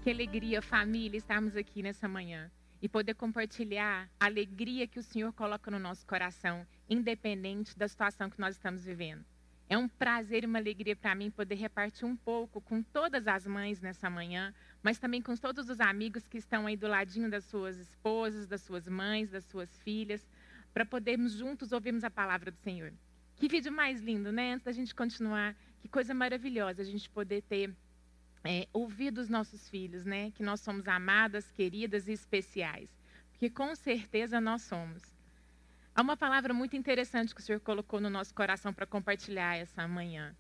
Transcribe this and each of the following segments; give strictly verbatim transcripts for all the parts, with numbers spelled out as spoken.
Que alegria, família, estarmos aqui nessa manhã e poder compartilhar a alegria que o Senhor coloca no nosso coração, independente da situação que nós estamos vivendo. É um prazer e uma alegria para mim poder repartir um pouco com todas as mães nessa manhã, mas também com todos os amigos que estão aí do ladinho das suas esposas, das suas mães, das suas filhas, para podermos juntos ouvirmos a palavra do Senhor. Que vídeo mais lindo, né? Antes da gente continuar, que coisa maravilhosa a gente poder ter É, ouvir dos nossos filhos, né? Que nós somos amadas, queridas e especiais. Porque com certeza nós somos. Há uma palavra muito interessante que o Senhor colocou no nosso coração para compartilhar essa manhã.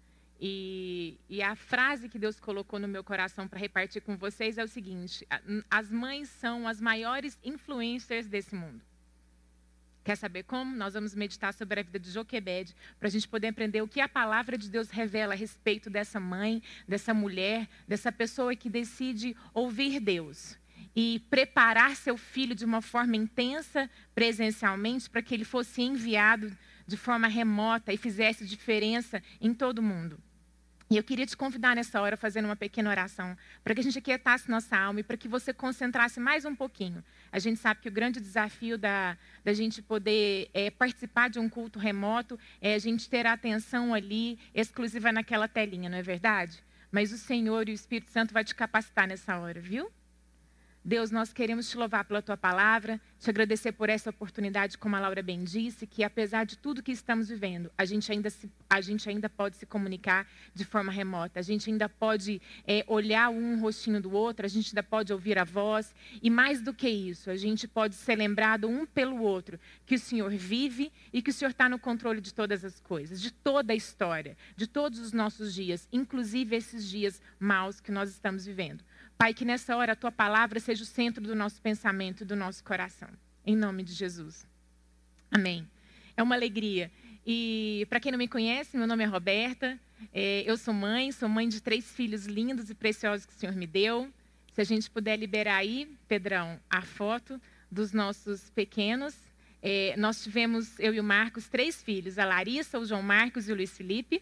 E, e a frase que Deus colocou no meu coração para repartir com vocês é o seguinte: as mães são as maiores influencers desse mundo. Quer saber como? Nós vamos meditar sobre a vida de Joquebede, para a gente poder aprender o que a palavra de Deus revela a respeito dessa mãe, dessa mulher, dessa pessoa que decide ouvir Deus e preparar seu filho de uma forma intensa, presencialmente, para que ele fosse enviado de forma remota e fizesse diferença em todo mundo. E eu queria te convidar nessa hora, fazendo uma pequena oração, para que a gente aquietasse nossa alma e para que você concentrasse mais um pouquinho. A gente sabe que o grande desafio da, da gente poder é, participar de um culto remoto é a gente ter a atenção ali, exclusiva naquela telinha, não é verdade? Mas o Senhor e o Espírito Santo vai te capacitar nessa hora, viu? Deus, nós queremos te louvar pela tua palavra, te agradecer por essa oportunidade, como a Laura bem disse, que apesar de tudo que estamos vivendo, a gente ainda, se, a gente ainda pode se comunicar de forma remota, a gente ainda pode é, olhar um rostinho do outro, a gente ainda pode ouvir a voz, e mais do que isso, a gente pode ser lembrado um pelo outro, que o Senhor vive e que o Senhor está no controle de todas as coisas, de toda a história, de todos os nossos dias, inclusive esses dias maus que nós estamos vivendo. Pai, que nessa hora a tua palavra seja o centro do nosso pensamento e do nosso coração. Em nome de Jesus. Amém. É uma alegria. E para quem não me conhece, meu nome é Roberta. É, eu sou mãe, sou mãe de três filhos lindos e preciosos que o Senhor me deu. Se a gente puder liberar aí, Pedrão, a foto dos nossos pequenos. É, nós tivemos, eu e o Marcos, três filhos. A Larissa, o João Marcos e o Luiz Felipe.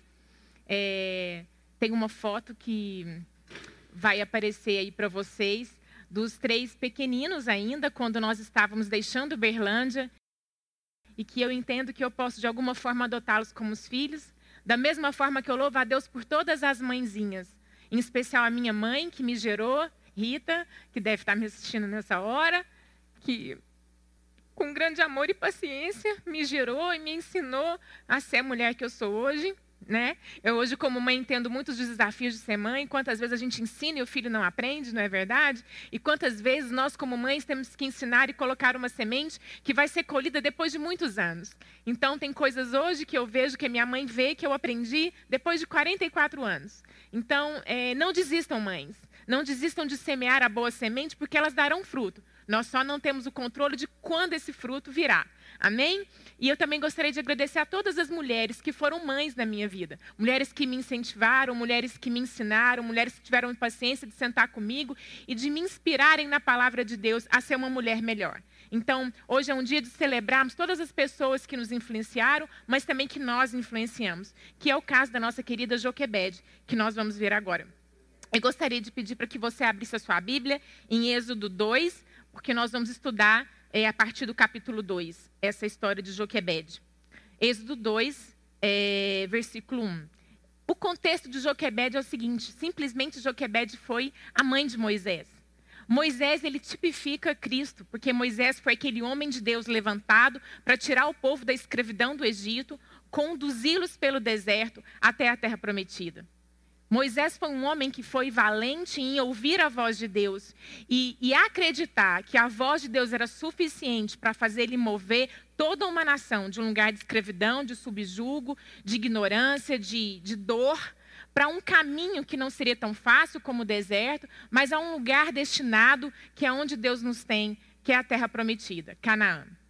É, tem uma foto que vai aparecer aí para vocês, dos três pequeninos ainda, quando nós estávamos deixando Berlândia, e que eu entendo que eu posso, de alguma forma, adotá-los como os filhos, da mesma forma que eu louvo a Deus por todas as mãezinhas, em especial a minha mãe, que me gerou, Rita, que deve estar me assistindo nessa hora, que, com grande amor e paciência, me gerou e me ensinou a ser a mulher que eu sou hoje. Né? Eu hoje, como mãe, entendo muitos dos desafios de ser mãe, quantas vezes a gente ensina e o filho não aprende, não é verdade? E quantas vezes nós, como mães, temos que ensinar e colocar uma semente que vai ser colhida depois de muitos anos. Então, tem coisas hoje que eu vejo que a minha mãe vê, que eu aprendi depois de quarenta e quatro anos. Então, é, não desistam, mães. Não desistam de semear a boa semente, porque elas darão fruto. Nós só não temos o controle de quando esse fruto virá. Amém? E eu também gostaria de agradecer a todas as mulheres que foram mães na minha vida. Mulheres que me incentivaram, mulheres que me ensinaram, mulheres que tiveram paciência de sentar comigo e de me inspirarem na palavra de Deus a ser uma mulher melhor. Então, hoje é um dia de celebrarmos todas as pessoas que nos influenciaram, mas também que nós influenciamos. Que é o caso da nossa querida Joquebede, que nós vamos ver agora. Eu gostaria de pedir para que você abrisse a sua Bíblia em Êxodo dois, porque nós vamos estudar é, a partir do capítulo dois, essa história de Joquebede. Êxodo dois, é, versículo um. O contexto de Joquebede é o seguinte: simplesmente Joquebede foi a mãe de Moisés. Moisés, ele tipifica Cristo, porque Moisés foi aquele homem de Deus levantado para tirar o povo da escravidão do Egito, conduzi-los pelo deserto até a terra prometida. Moisés foi um homem que foi valente em ouvir a voz de Deus e, e acreditar que a voz de Deus era suficiente para fazer ele mover toda uma nação de um lugar de escravidão, de subjugo, de ignorância, de, de dor, para um caminho que não seria tão fácil como o deserto, mas a um lugar destinado que é onde Deus nos tem, que é a terra prometida, Canaã.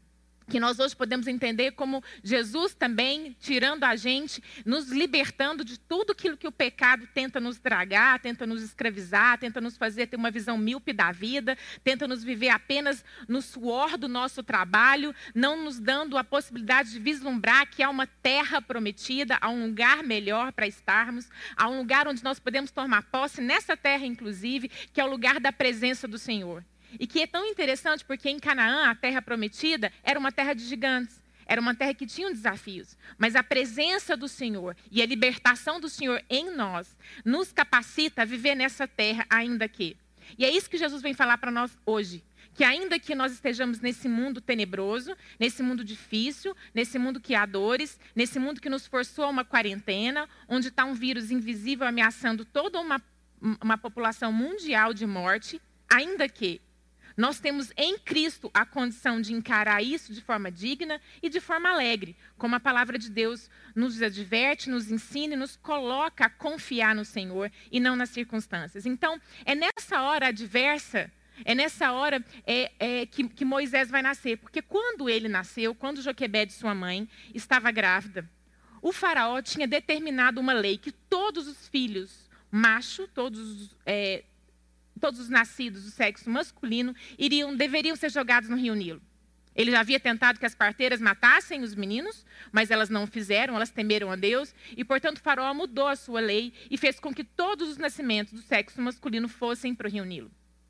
que nós hoje podemos entender como Jesus também tirando a gente, nos libertando de tudo aquilo que o pecado tenta nos dragar, tenta nos escravizar, tenta nos fazer ter uma visão míope da vida, tenta nos viver apenas no suor do nosso trabalho, não nos dando a possibilidade de vislumbrar que há uma terra prometida, há um lugar melhor para estarmos, há um lugar onde nós podemos tomar posse, nessa terra inclusive, que é o lugar da presença do Senhor. E que é tão interessante porque em Canaã, a terra prometida, era uma terra de gigantes. Era uma terra que tinha desafios. Mas a presença do Senhor e a libertação do Senhor em nós nos capacita a viver nessa terra ainda que. E é isso que Jesus vem falar para nós hoje. Que ainda que nós estejamos nesse mundo tenebroso, nesse mundo difícil, nesse mundo que há dores, nesse mundo que nos forçou a uma quarentena, onde está um vírus invisível ameaçando toda uma, uma população mundial de morte, ainda que nós temos em Cristo a condição de encarar isso de forma digna e de forma alegre, como a palavra de Deus nos adverte, nos ensina e nos coloca a confiar no Senhor e não nas circunstâncias. Então, é nessa hora adversa, é nessa hora é, é, que, que Moisés vai nascer. Porque quando ele nasceu, quando Joquebede, sua mãe, estava grávida, o faraó tinha determinado uma lei que todos os filhos, macho, todos é, Todos os nascidos do sexo masculino iriam, deveriam ser jogados no rio Nilo. Ele já havia tentado que as parteiras matassem os meninos, mas elas não o fizeram, elas temeram a Deus. E, portanto, o faraó mudou a sua lei e fez com que todos os nascimentos do sexo masculino fossem para o rio Nilo.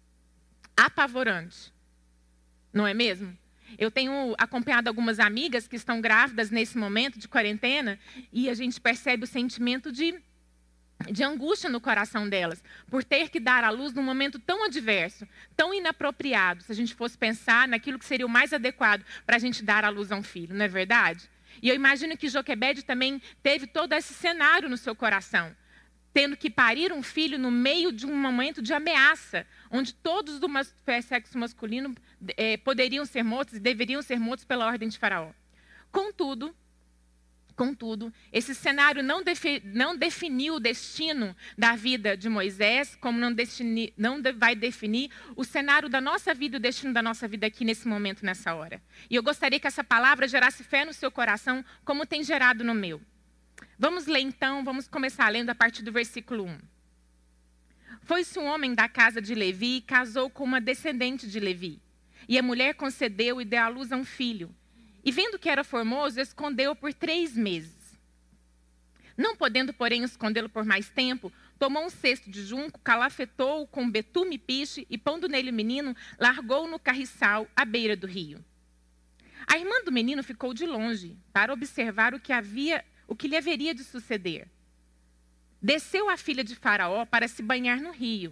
Apavorante, não é mesmo? Eu tenho acompanhado algumas amigas que estão grávidas nesse momento de quarentena e a gente percebe o sentimento de... de angústia no coração delas, por ter que dar à luz num momento tão adverso, tão inapropriado, se a gente fosse pensar naquilo que seria o mais adequado para a gente dar à luz a um filho, não é verdade? E eu imagino que Joquebede também teve todo esse cenário no seu coração, tendo que parir um filho no meio de um momento de ameaça, onde todos do sexo masculino eh, poderiam ser mortos e deveriam ser mortos pela ordem de Faraó. Contudo, Contudo, esse cenário não, defi, não definiu o destino da vida de Moisés, como não, destini, não de, vai definir o cenário da nossa vida e o destino da nossa vida aqui nesse momento, nessa hora. E eu gostaria que essa palavra gerasse fé no seu coração, como tem gerado no meu. Vamos ler então, vamos começar lendo a partir do versículo um. Foi-se um homem da casa de Levi e casou com uma descendente de Levi. E a mulher concedeu e deu à luz a um filho. E vendo que era formoso, escondeu-o por três meses. Não podendo, porém, escondê-lo por mais tempo, tomou um cesto de junco, calafetou-o com betume e piche, e pondo nele o menino, largou-o no carriçal, à beira do rio. A irmã do menino ficou de longe, para observar o que, havia, o que lhe haveria de suceder. Desceu a filha de Faraó para se banhar no rio.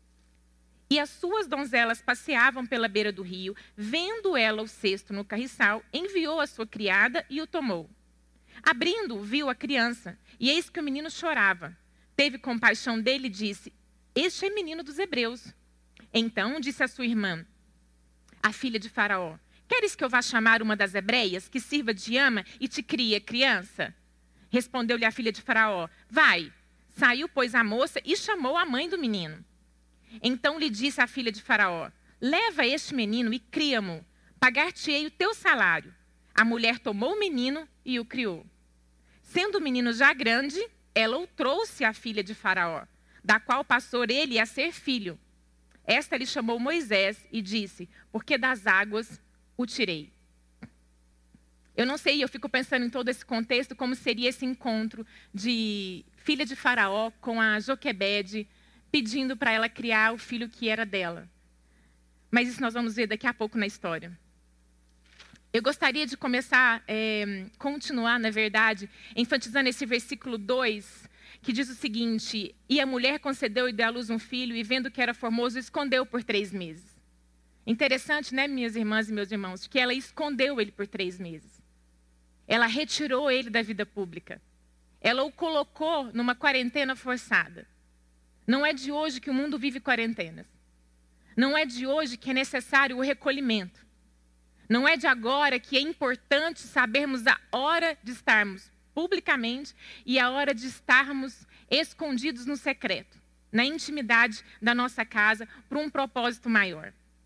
E as suas donzelas passeavam pela beira do rio, vendo ela o cesto no carriçal, enviou a sua criada e o tomou. Abrindo, viu a criança, e eis que o menino chorava. Teve compaixão dele e disse, este é menino dos hebreus. Então disse a sua irmã, a filha de Faraó, queres que eu vá chamar uma das hebreias, que sirva de ama e te crie a criança? Respondeu-lhe a filha de Faraó, vai. Saiu, pois, a moça e chamou a mãe do menino. Então lhe disse a filha de Faraó, leva este menino e cria-mo, pagar-te-ei o teu salário. A mulher tomou o menino e o criou. Sendo o menino já grande, ela o trouxe à filha de Faraó, da qual passou ele a ser filho. Esta lhe chamou Moisés e disse, porque das águas o tirei. Eu não sei, eu fico pensando em todo esse contexto, como seria esse encontro de filha de Faraó com a Joquebede, pedindo para ela criar o filho que era dela. Mas isso nós vamos ver daqui a pouco na história. Eu gostaria de começar, é, continuar, na verdade, enfatizando esse versículo dois, que diz o seguinte, e a mulher concedeu e deu à luz um filho, e vendo que era formoso, escondeu por três meses. Interessante, né, minhas irmãs e meus irmãos, que ela escondeu ele por três meses. Ela retirou ele da vida pública. Ela o colocou numa quarentena forçada. Não é de hoje que o mundo vive quarentenas. Não é de hoje que é necessário o recolhimento. Não é de agora que é importante sabermos a hora de estarmos publicamente e a hora de estarmos escondidos no secreto, na intimidade da nossa casa, por um propósito maior.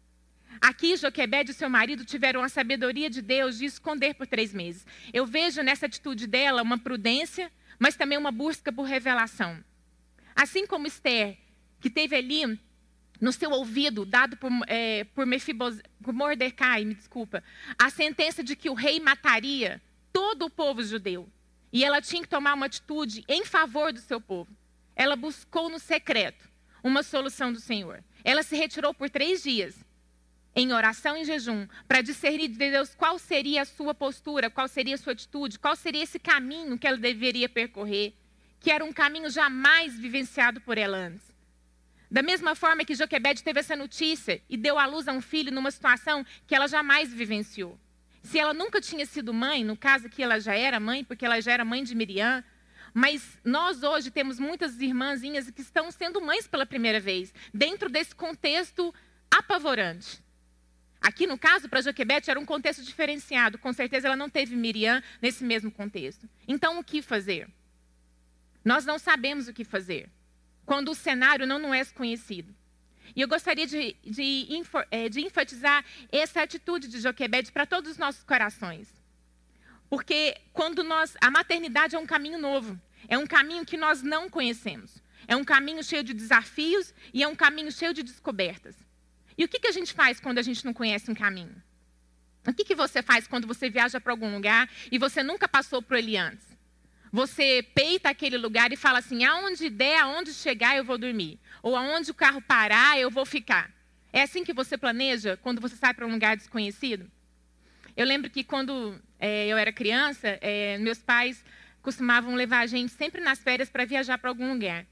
Aqui, Joquebede e seu marido tiveram a sabedoria de Deus de esconder por três meses. Eu vejo nessa atitude dela uma prudência, mas também uma busca por revelação. Assim como Esther, que teve ali no seu ouvido, dado por, é, por, Mefibose, por Mordecai, me desculpa, a sentença de que o rei mataria todo o povo judeu. E ela tinha que tomar uma atitude em favor do seu povo. Ela buscou no secreto uma solução do Senhor. Ela se retirou por três dias, em oração e jejum, para discernir de Deus qual seria a sua postura, qual seria a sua atitude, qual seria esse caminho que ela deveria percorrer, que era um caminho jamais vivenciado por ela antes. Da mesma forma que Joquebede teve essa notícia e deu à luz a um filho numa situação que ela jamais vivenciou. Se ela nunca tinha sido mãe, no caso aqui ela já era mãe, porque ela já era mãe de Miriam, mas nós hoje temos muitas irmãzinhas que estão sendo mães pela primeira vez, dentro desse contexto apavorante. Aqui no caso, para Joquebede era um contexto diferenciado, com certeza ela não teve Miriam nesse mesmo contexto. Então o que fazer? Nós não sabemos o que fazer, quando o cenário não nos é conhecido. E eu gostaria de, de, de enfatizar essa atitude de Joquebede para todos os nossos corações. Porque quando nós, a maternidade é um caminho novo, é um caminho que nós não conhecemos. É um caminho cheio de desafios e é um caminho cheio de descobertas. E o que, que a gente faz quando a gente não conhece um caminho? O que, que você faz quando você viaja para algum lugar e você nunca passou por ele antes? Você peita aquele lugar e fala assim, aonde der, aonde chegar, eu vou dormir. Ou aonde o carro parar, eu vou ficar. É assim que você planeja quando você sai para um lugar desconhecido? Eu lembro que quando é, eu era criança, é, meus pais costumavam levar a gente sempre nas férias para viajar para algum lugar.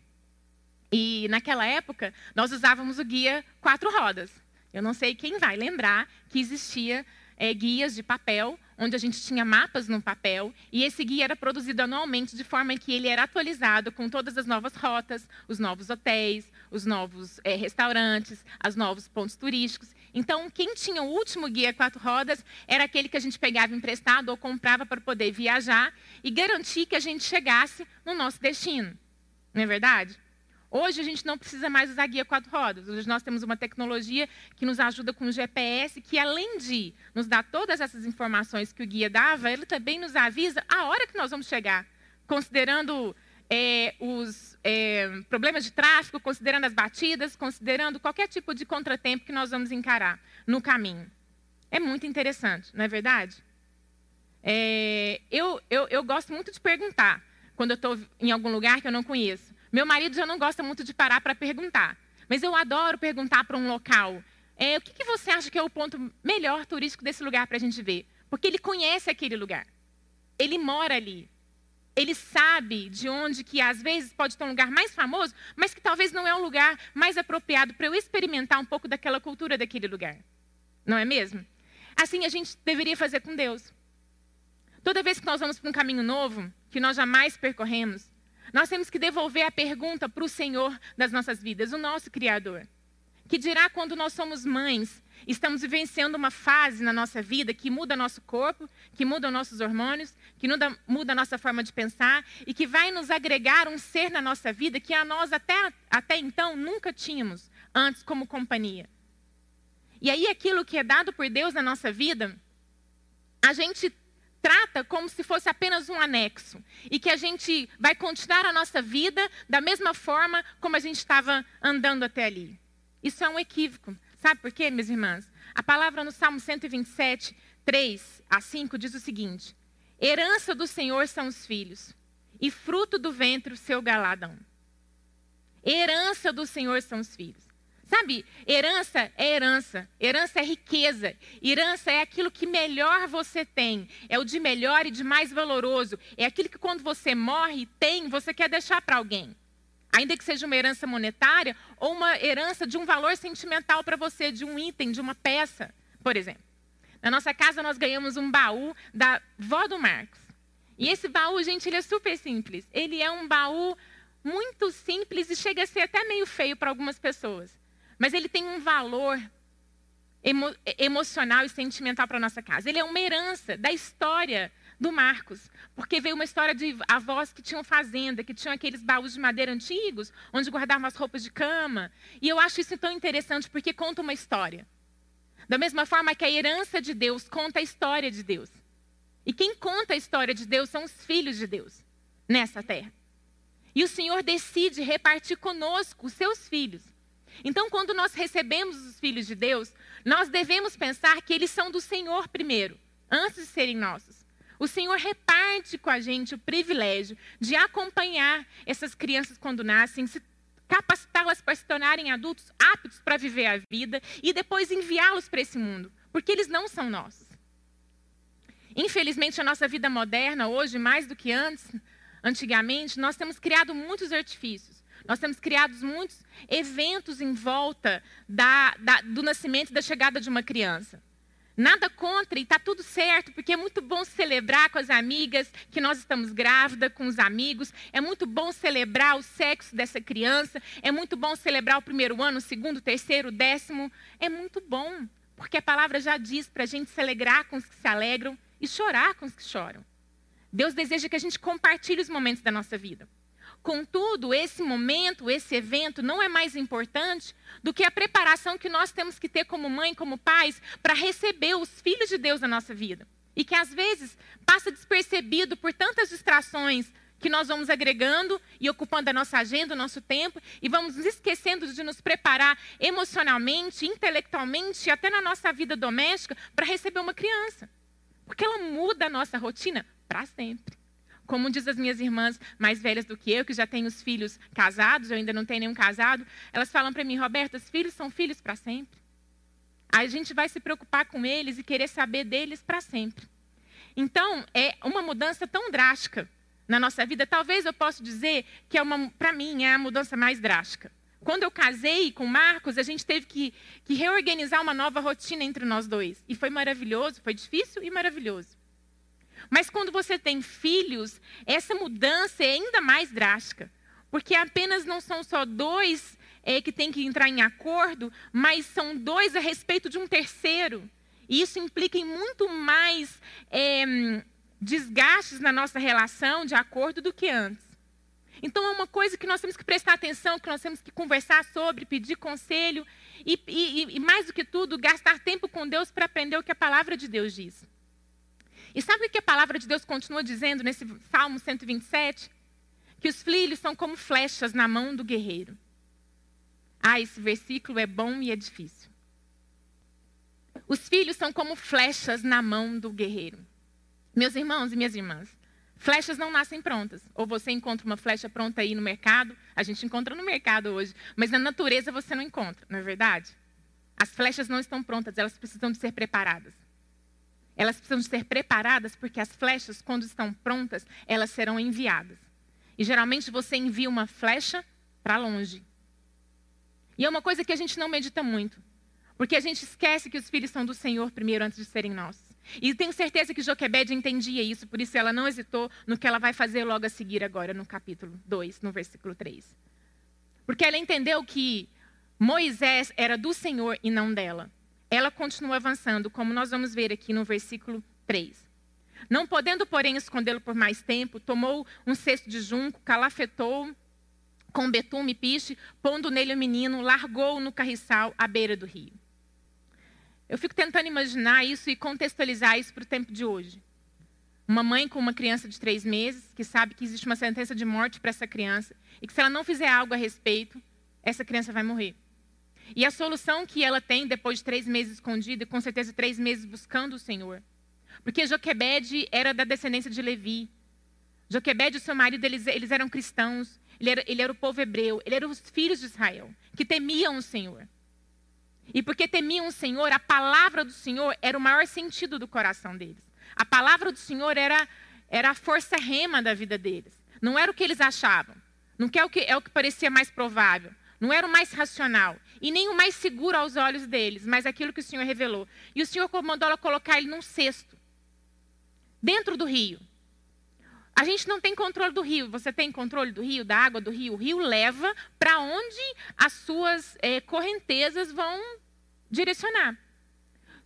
E naquela época, nós usávamos o guia quatro rodas. Eu não sei quem vai lembrar que existia é, guias de papel, onde a gente tinha mapas no papel, e esse guia era produzido anualmente de forma que ele era atualizado com todas as novas rotas, os novos hotéis, os novos é, restaurantes, os novos pontos turísticos. Então, quem tinha o último guia quatro rodas era aquele que a gente pegava emprestado ou comprava para poder viajar e garantir que a gente chegasse no nosso destino. Não é verdade? Hoje a gente não precisa mais usar guia quatro rodas. Hoje nós temos uma tecnologia que nos ajuda com o G P S, que além de nos dar todas essas informações que o guia dava, ele também nos avisa a hora que nós vamos chegar, considerando é, os é, problemas de tráfego, considerando as batidas, considerando qualquer tipo de contratempo que nós vamos encarar no caminho. É muito interessante, não é verdade? É, eu, eu, eu gosto muito de perguntar, quando eu estou em algum lugar que eu não conheço. Meu marido já não gosta muito de parar para perguntar, mas eu adoro perguntar para um local. É, o que, que você acha que é o ponto melhor turístico desse lugar para a gente ver? Porque ele conhece aquele lugar. Ele mora ali. Ele sabe de onde que às vezes pode ter um lugar mais famoso, mas que talvez não é um lugar mais apropriado para eu experimentar um pouco daquela cultura daquele lugar. Não é mesmo? Assim a gente deveria fazer com Deus. Toda vez que nós vamos para um caminho novo, que nós jamais percorremos, nós temos que devolver a pergunta para o Senhor das nossas vidas, o nosso Criador. Que dirá quando nós somos mães, estamos vivenciando uma fase na nossa vida que muda nosso corpo, que muda os nossos hormônios, que muda, muda a nossa forma de pensar e que vai nos agregar um ser na nossa vida que a nós até, até então nunca tínhamos antes como companhia. E aí aquilo que é dado por Deus na nossa vida, a gente trata como se fosse apenas um anexo. E que a gente vai continuar a nossa vida da mesma forma como a gente estava andando até ali. Isso é um equívoco. Sabe por quê, minhas irmãs? A palavra no Salmo cento e vinte e sete, três a cinco diz o seguinte: herança do Senhor são os filhos, e fruto do ventre o seu galadão. Herança do Senhor são os filhos. Sabe, herança é herança, herança é riqueza, herança é aquilo que melhor você tem, é o de melhor e de mais valoroso, é aquilo que quando você morre, tem, você quer deixar para alguém. Ainda que seja uma herança monetária ou uma herança de um valor sentimental para você, de um item, de uma peça, por exemplo. Na nossa casa nós ganhamos um baú da vó do Marcos. E esse baú, gente, ele é super simples. Ele é um baú muito simples e chega a ser até meio feio para algumas pessoas. Mas ele tem um valor emo emocional e sentimental para a nossa casa. Ele é uma herança da história do Marcos. Porque veio uma história de avós que tinham fazenda, que tinham aqueles baús de madeira antigos, onde guardavam as roupas de cama. E eu acho isso tão interessante porque conta uma história. Da mesma forma que a herança de Deus conta a história de Deus. E quem conta a história de Deus são os filhos de Deus nessa terra. E o Senhor decide repartir conosco os seus filhos. Então, quando nós recebemos os filhos de Deus, nós devemos pensar que eles são do Senhor primeiro, antes de serem nossos. O Senhor reparte com a gente o privilégio de acompanhar essas crianças quando nascem, se capacitá-las para se tornarem adultos aptos para viver a vida e depois enviá-los para esse mundo, porque eles não são nossos. Infelizmente, a nossa vida moderna, hoje, mais do que antes, antigamente, nós temos criado muitos artifícios. Nós temos criado muitos eventos em volta da, da, do nascimento e da chegada de uma criança. Nada contra e está tudo certo, porque é muito bom celebrar com as amigas que nós estamos grávidas, com os amigos. É muito bom celebrar o sexo dessa criança. É muito bom celebrar o primeiro ano, o segundo, o terceiro, o décimo. É muito bom, porque a palavra já diz para a gente se alegrar com os que se alegram e chorar com os que choram. Deus deseja que a gente compartilhe os momentos da nossa vida. Contudo, esse momento, esse evento não é mais importante do que a preparação que nós temos que ter como mãe, como pais, para receber os filhos de Deus na nossa vida. E que às vezes passa despercebido por tantas distrações que nós vamos agregando e ocupando a nossa agenda, o nosso tempo, e vamos nos esquecendo de nos preparar emocionalmente, intelectualmente e até na nossa vida doméstica para receber uma criança. Porque ela muda a nossa rotina para sempre. Como diz as minhas irmãs mais velhas do que eu, que já têm os filhos casados, eu ainda não tenho nenhum casado, elas falam para mim, Roberta, os filhos são filhos para sempre. Aí a gente vai se preocupar com eles e querer saber deles para sempre. Então, é uma mudança tão drástica na nossa vida. Talvez eu possa dizer que, é para mim, é a mudança mais drástica. Quando eu casei com o Marcos, a gente teve que, que reorganizar uma nova rotina entre nós dois. E foi maravilhoso, foi difícil e maravilhoso. Mas quando você tem filhos, essa mudança é ainda mais drástica. Porque apenas não são só dois é, que têm que entrar em acordo, mas são dois a respeito de um terceiro. E isso implica em muito mais é, desgastes na nossa relação de acordo do que antes. Então é uma coisa que nós temos que prestar atenção, que nós temos que conversar sobre, pedir conselho. E, e, e mais do que tudo, gastar tempo com Deus para aprender o que a palavra de Deus diz. E sabe o que a palavra de Deus continua dizendo nesse Salmo cento e vinte e sete? Que os filhos são como flechas na mão do guerreiro. Ah, esse versículo é bom e é difícil. Os filhos são como flechas na mão do guerreiro. Meus irmãos e minhas irmãs, flechas não nascem prontas. Ou você encontra uma flecha pronta aí no mercado, a gente encontra no mercado hoje, mas na natureza você não encontra, não é verdade? As flechas não estão prontas, elas precisam de ser preparadas. Elas precisam ser preparadas porque as flechas, quando estão prontas, elas serão enviadas. E geralmente você envia uma flecha para longe. E é uma coisa que a gente não medita muito. Porque a gente esquece que os filhos são do Senhor primeiro antes de serem nossos. E tenho certeza que Joquebede entendia isso, por isso ela não hesitou no que ela vai fazer logo a seguir agora no capítulo dois, no versículo três. Porque ela entendeu que Moisés era do Senhor e não dela. Ela continua avançando, como nós vamos ver aqui no versículo três. Não podendo, porém, escondê-lo por mais tempo, tomou um cesto de junco, calafetou com betume e piche, pondo nele o menino, largou-o no carriçal à beira do rio. Eu fico tentando imaginar isso e contextualizar isso para o tempo de hoje. Uma mãe com uma criança de três meses, que sabe que existe uma sentença de morte para essa criança, e que se ela não fizer algo a respeito, essa criança vai morrer. E a solução que ela tem, depois de três meses escondida, e com certeza três meses buscando o Senhor. Porque Joquebede era da descendência de Levi. Joquebede e seu marido, eles, eles eram cristãos. Ele era, ele era o povo hebreu. Ele era os filhos de Israel, que temiam o Senhor. E porque temiam o Senhor, a palavra do Senhor era o maior sentido do coração deles. A palavra do Senhor era, era a força rema da vida deles. Não era o que eles achavam. Não é o que, é o que parecia mais provável. Não era o mais racional. E nem o mais seguro aos olhos deles, mas aquilo que o Senhor revelou. E o Senhor mandou ela colocar ele num cesto. Dentro do rio. A gente não tem controle do rio. Você tem controle do rio, da água do rio? O rio leva para onde as suas é, correntezas vão direcionar.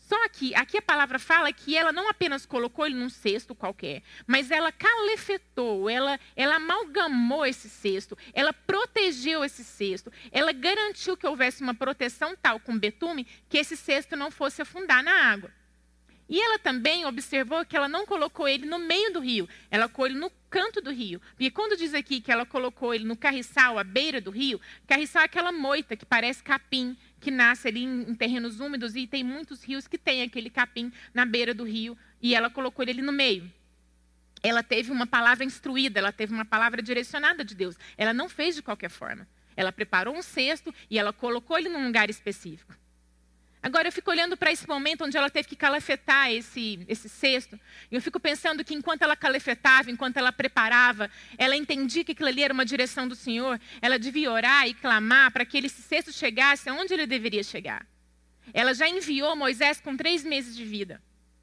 Só que aqui a palavra fala que ela não apenas colocou ele num cesto qualquer, mas ela calefetou, ela, ela amalgamou esse cesto, ela protegeu esse cesto, ela garantiu que houvesse uma proteção tal com betume que esse cesto não fosse afundar na água. E ela também observou que ela não colocou ele no meio do rio, ela colocou ele no canto do rio. Porque quando diz aqui que ela colocou ele no carriçal, à beira do rio, carriçal é aquela moita que parece capim, que nasce ali em, em terrenos úmidos, e tem muitos rios que tem aquele capim na beira do rio, e ela colocou ele ali no meio. Ela teve uma palavra instruída, ela teve uma palavra direcionada de Deus. Ela não fez de qualquer forma. Ela preparou um cesto e ela colocou ele num lugar específico. Agora, eu fico olhando para esse momento onde ela teve que calafetar esse, esse cesto. E eu fico pensando que enquanto ela calafetava, enquanto ela preparava, ela entendia que aquilo ali era uma direção do Senhor. Ela devia orar e clamar para que esse cesto chegasse aonde ele deveria chegar. Ela já enviou Moisés com três meses de vida.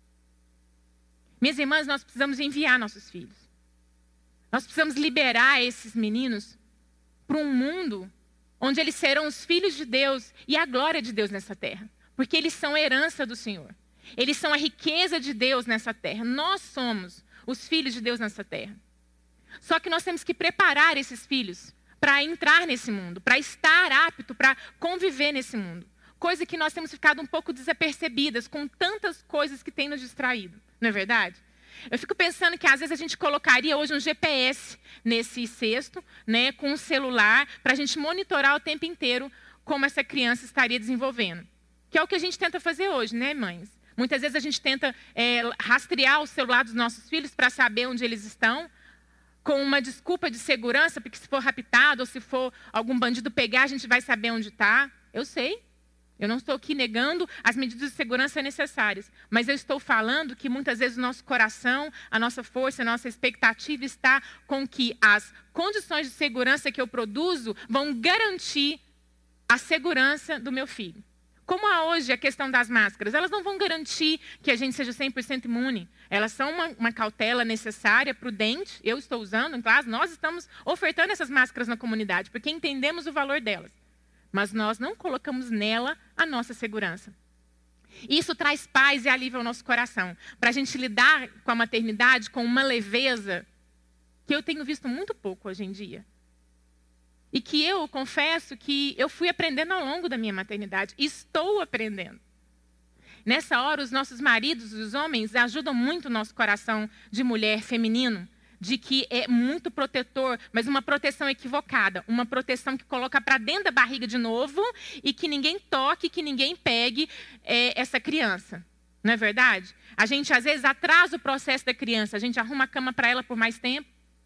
Minhas irmãs, nós precisamos enviar nossos filhos. Nós precisamos liberar esses meninos para um mundo onde eles serão os filhos de Deus e a glória de Deus nessa terra. Porque eles são a herança do Senhor. Eles são a riqueza de Deus nessa terra. Nós somos os filhos de Deus nessa terra. Só que nós temos que preparar esses filhos para entrar nesse mundo, para estar apto, para conviver nesse mundo. Coisa que nós temos ficado um pouco desapercebidas com tantas coisas que têm nos distraído. Não é verdade? Eu fico pensando que às vezes a gente colocaria hoje um G P S nesse cesto, né, com um celular, para a gente monitorar o tempo inteiro como essa criança estaria desenvolvendo. Que é o que a gente tenta fazer hoje, né, mães? Muitas vezes a gente tenta é, rastrear o celular dos nossos filhos para saber onde eles estão, com uma desculpa de segurança, porque se for raptado ou se for algum bandido pegar, a gente vai saber onde está. Eu sei. Eu não estou aqui negando as medidas de segurança necessárias, mas eu estou falando que muitas vezes o nosso coração, a nossa força, a nossa expectativa está com que as condições de segurança que eu produzo vão garantir a segurança do meu filho. Como há hoje a questão das máscaras, elas não vão garantir que a gente seja cem por cento imune. Elas são uma, uma cautela necessária, prudente. Eu estou usando, em classe, nós estamos ofertando essas máscaras na comunidade, porque entendemos o valor delas. Mas nós não colocamos nela a nossa segurança. Isso traz paz e alívio ao nosso coração. Para a gente lidar com a maternidade com uma leveza que eu tenho visto muito pouco hoje em dia. E que eu confesso que eu fui aprendendo ao longo da minha maternidade. Estou aprendendo. Nessa hora, os nossos maridos, os homens, ajudam muito o nosso coração de mulher feminino, de que é muito protetor, mas uma proteção equivocada. Uma proteção que coloca para dentro da barriga de novo e que ninguém toque, que ninguém pegue é, essa criança. Não é verdade? A gente, às vezes, atrasa o processo da criança. A gente arruma a cama para ela por mais tempo.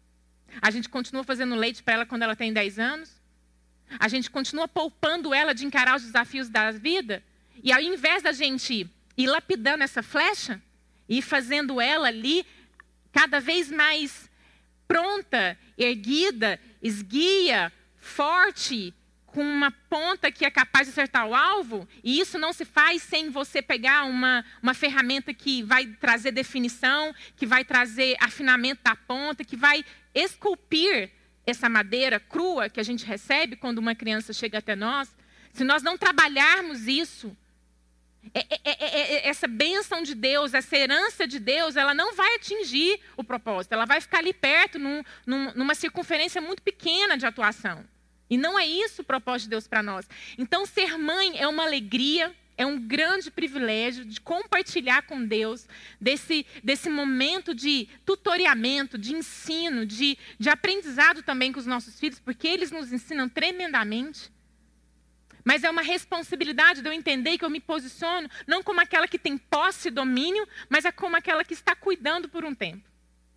A gente continua fazendo leite para ela quando ela tem dez anos. A gente continua poupando ela de encarar os desafios da vida. E ao invés da gente ir lapidando essa flecha, e fazendo ela ali cada vez mais pronta, erguida, esguia, forte, com uma ponta que é capaz de acertar o alvo, e isso não se faz sem você pegar uma, uma ferramenta que vai trazer definição, que vai trazer afinamento da ponta, que vai esculpir essa madeira crua que a gente recebe quando uma criança chega até nós. Se nós não trabalharmos isso, é, é, é, é, essa bênção de Deus, essa herança de Deus, ela não vai atingir o propósito. Ela vai ficar ali perto, num, num, numa circunferência muito pequena de atuação. E não é isso o propósito de Deus para nós. Então, ser mãe é uma alegria, é um grande privilégio de compartilhar com Deus desse, desse momento de tutoriamento, de ensino, de, de aprendizado também com os nossos filhos, porque eles nos ensinam tremendamente. Mas é uma responsabilidade de eu entender que eu me posiciono não como aquela que tem posse e domínio, mas é como aquela que está cuidando por um tempo.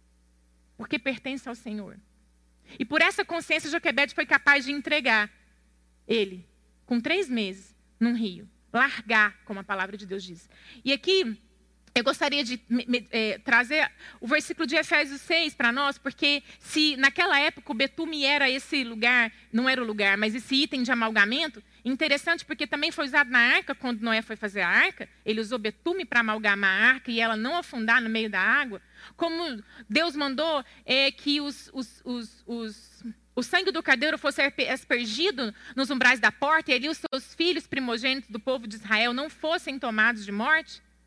Porque pertence ao Senhor. E por essa consciência, Joquebede foi capaz de entregar ele, com três meses, num rio. Largar, como a palavra de Deus diz. E aqui, eu gostaria de me, me, é, trazer o versículo de Efésios seis para nós, porque se naquela época o betume era esse lugar, não era o lugar, mas esse item de amalgamento, interessante porque também foi usado na arca, quando Noé foi fazer a arca, ele usou betume para amalgamar a arca e ela não afundar no meio da água. Como Deus mandou é, que os, os, os, os, o sangue do carneiro fosse aspergido nos umbrais da porta e ali os seus filhos primogênitos do povo de Israel não fossem tomados de morte.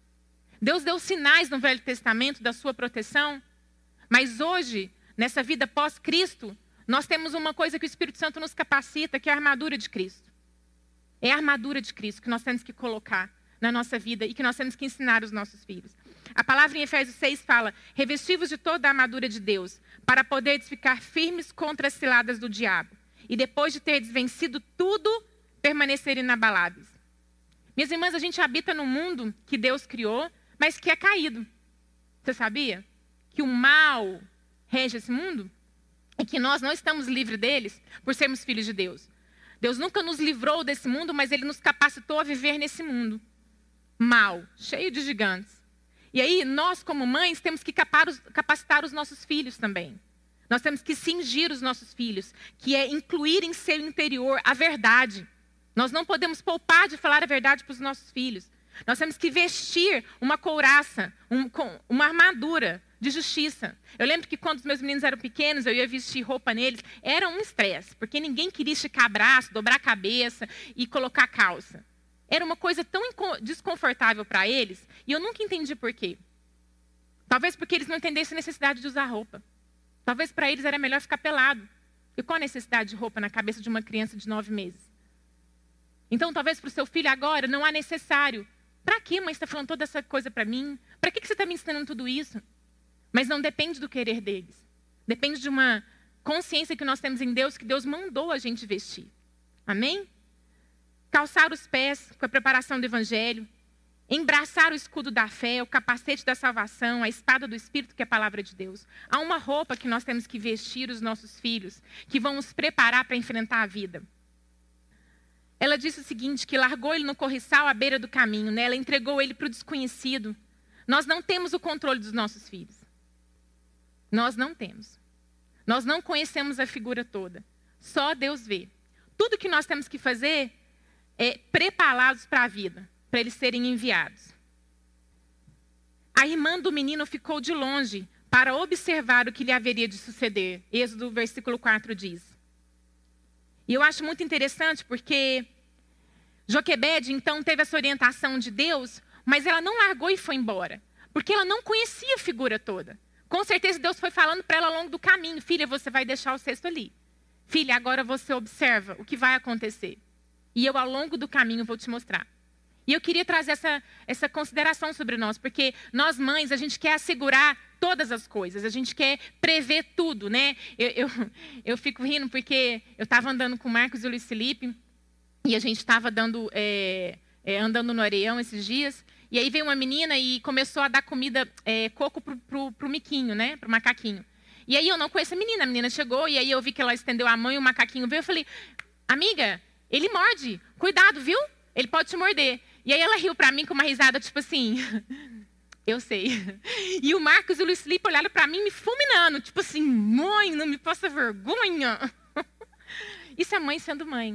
Deus deu sinais no Velho Testamento da sua proteção, mas hoje, nessa vida pós-Cristo, nós temos uma coisa que o Espírito Santo nos capacita, que é a armadura de Cristo. É a armadura de Cristo que nós temos que colocar na nossa vida e que nós temos que ensinar os nossos filhos. A palavra em Efésios seis fala, revestivos de toda a armadura de Deus, para poderes ficar firmes contra as ciladas do diabo. E depois de ter vencido tudo, permanecer inabaláveis. Minhas irmãs, a gente habita num mundo que Deus criou, mas que é caído. Você sabia? Que o mal rege esse mundo? E que nós não estamos livres deles por sermos filhos de Deus. Deus nunca nos livrou desse mundo, mas Ele nos capacitou a viver nesse mundo mal, cheio de gigantes. E aí, nós como mães, temos que capacitar os nossos filhos também. Nós temos que cingir os nossos filhos, que é incluir em seu interior a verdade. Nós não podemos poupar de falar a verdade para os nossos filhos. Nós temos que vestir uma couraça, um, uma armadura de justiça. Eu lembro que quando os meus meninos eram pequenos, eu ia vestir roupa neles, era um estresse, porque ninguém queria esticar braço, dobrar a cabeça e colocar calça. Era uma coisa tão desconfortável para eles, e eu nunca entendi por quê. Talvez porque eles não entendessem a necessidade de usar roupa. Talvez para eles era melhor ficar pelado. E qual a necessidade de roupa na cabeça de uma criança de nove meses? Então, talvez para o seu filho agora não há necessário. Para que mãe está falando toda essa coisa para mim? Para que você está me ensinando tudo isso? Mas não depende do querer deles. Depende de uma consciência que nós temos em Deus, que Deus mandou a gente vestir. Amém? Calçar os pés com a preparação do Evangelho. Embraçar o escudo da fé, o capacete da salvação, a espada do Espírito, que é a palavra de Deus. Há uma roupa que nós temos que vestir os nossos filhos, que vão nos preparar para enfrentar a vida. Ela disse o seguinte, que largou ele no corriçal à beira do caminho, né? Ela entregou ele para o desconhecido. Nós não temos o controle dos nossos filhos. Nós não temos. Nós não conhecemos a figura toda. Só Deus vê. Tudo que nós temos que fazer é prepará-los para a vida, para eles serem enviados. A irmã do menino ficou de longe para observar o que lhe haveria de suceder. Êxodo, versículo quatro diz. E eu acho muito interessante porque Joquebede, então, teve essa orientação de Deus, mas ela não largou e foi embora, porque ela não conhecia a figura toda. Com certeza Deus foi falando para ela ao longo do caminho, filha, você vai deixar o cesto ali. Filha, agora você observa o que vai acontecer. E eu, ao longo do caminho, vou te mostrar. E eu queria trazer essa, essa consideração sobre nós, porque nós mães, a gente quer assegurar todas as coisas, a gente quer prever tudo, né? Eu, eu, eu fico rindo porque eu estava andando com o Marcos e o Luiz Felipe, e a gente estava dando, é, é, andando no areião esses dias, e aí veio uma menina e começou a dar comida, é, coco pro, pro, pro miquinho, né? Pro macaquinho. E aí eu não conheço a menina, a menina chegou, e aí eu vi que ela estendeu a mão e o macaquinho veio, eu falei, amiga, ele morde, cuidado, viu? Ele pode te morder. E aí ela riu pra mim com uma risada, tipo assim, eu sei. E o Marcos e o Luiz Felipe olharam pra mim me fulminando, tipo assim, mãe, não me passa vergonha. Isso é mãe sendo mãe.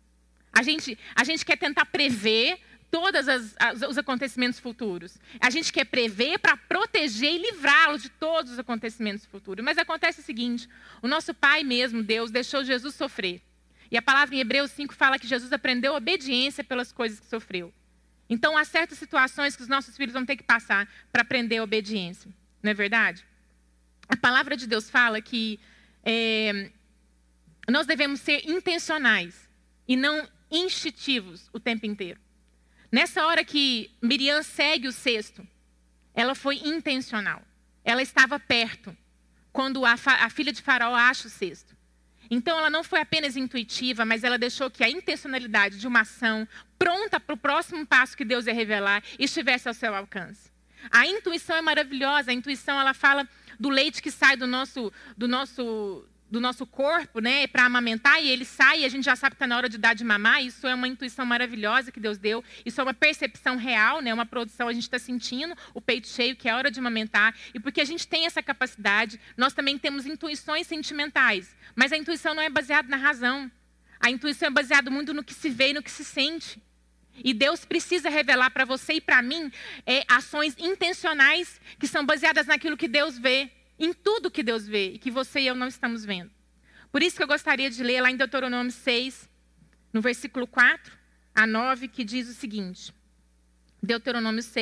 A gente, a gente quer tentar prever todos os acontecimentos futuros. A gente quer prever para proteger e livrá-los de todos os acontecimentos futuros. Mas acontece o seguinte, o nosso Pai mesmo, Deus, deixou Jesus sofrer. E a palavra em Hebreus cinco fala que Jesus aprendeu obediência pelas coisas que sofreu. Então, há certas situações que os nossos filhos vão ter que passar para aprender a obediência. Não é verdade? A palavra de Deus fala que é, nós devemos ser intencionais e não instintivos o tempo inteiro. Nessa hora que Miriam segue o cesto, ela foi intencional. Ela estava perto quando a, a filha de Faraó acha o cesto. Então, ela não foi apenas intuitiva, mas ela deixou que a intencionalidade de uma ação pronta para o próximo passo que Deus ia revelar estivesse ao seu alcance. A intuição é maravilhosa. A intuição, ela fala do leite que sai do nosso, do nosso, do nosso corpo, né, para amamentar, e ele sai e a gente já sabe que está na hora de dar de mamar. Isso é uma intuição maravilhosa que Deus deu. Isso é uma percepção real, né, uma produção, a gente está sentindo o peito cheio, que é hora de amamentar. E porque a gente tem essa capacidade, nós também temos intuições sentimentais. Mas a intuição não é baseada na razão. A intuição é baseada muito no que se vê e no que se sente. E Deus precisa revelar para você e para mim é, ações intencionais que são baseadas naquilo que Deus vê, em tudo que Deus vê e que você e eu não estamos vendo. Por isso que eu gostaria de ler lá em Deuteronômio seis, no versículo quatro a nove, que diz o seguinte. Deuteronômio seis,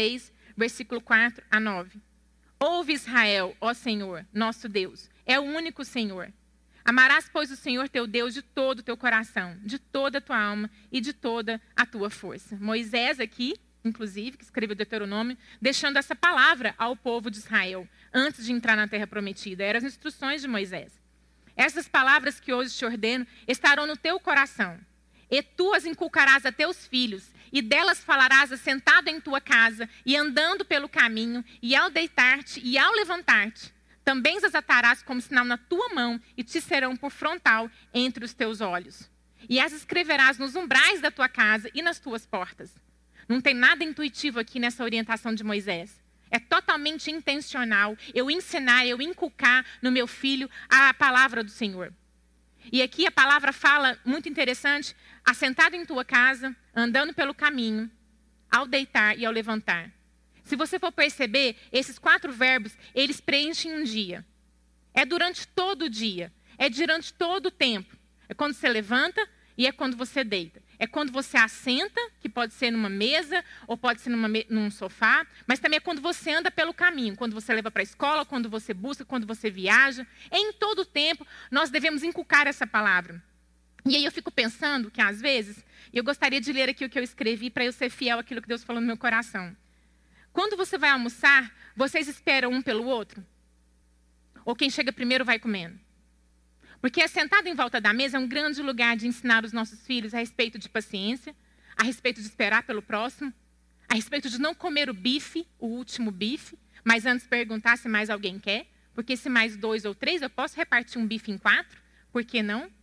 versículo quatro a nove. Ouve, Israel, ó Senhor, nosso Deus, é o único Senhor. Amarás, pois, o Senhor teu Deus de todo o teu coração, de toda a tua alma e de toda a tua força. Moisés aqui, inclusive, que escreveu o Deuteronômio, deixando essa palavra ao povo de Israel, antes de entrar na terra prometida. Eram as instruções de Moisés. Essas palavras que hoje te ordeno estarão no teu coração, e tu as inculcarás a teus filhos, e delas falarás assentado em tua casa, e andando pelo caminho, e ao deitar-te e ao levantar-te. Também as atarás como sinal na tua mão, e te serão por frontal entre os teus olhos. E as escreverás nos umbrais da tua casa e nas tuas portas. Não tem nada intuitivo aqui nessa orientação de Moisés. É totalmente intencional eu ensinar, eu inculcar no meu filho a palavra do Senhor. E aqui a palavra fala, muito interessante, assentado em tua casa, andando pelo caminho, ao deitar e ao levantar. Se você for perceber, esses quatro verbos, eles preenchem um dia. É durante todo o dia. É durante todo o tempo. É quando você levanta e é quando você deita. É quando você assenta, que pode ser numa mesa ou pode ser numa, num sofá, mas também é quando você anda pelo caminho, quando você leva para a escola, quando você busca, quando você viaja. Em todo o tempo, nós devemos inculcar essa palavra. E aí eu fico pensando que, às vezes, e eu gostaria de ler aqui o que eu escrevi para eu ser fiel àquilo que Deus falou no meu coração. Quando você vai almoçar, vocês esperam um pelo outro? Ou quem chega primeiro vai comendo? Porque sentado em volta da mesa é um grande lugar de ensinar os nossos filhos a respeito de paciência, a respeito de esperar pelo próximo, a respeito de não comer o bife, o último bife, mas antes perguntar se mais alguém quer, porque se mais dois ou três, eu posso repartir um bife em quatro, por que não?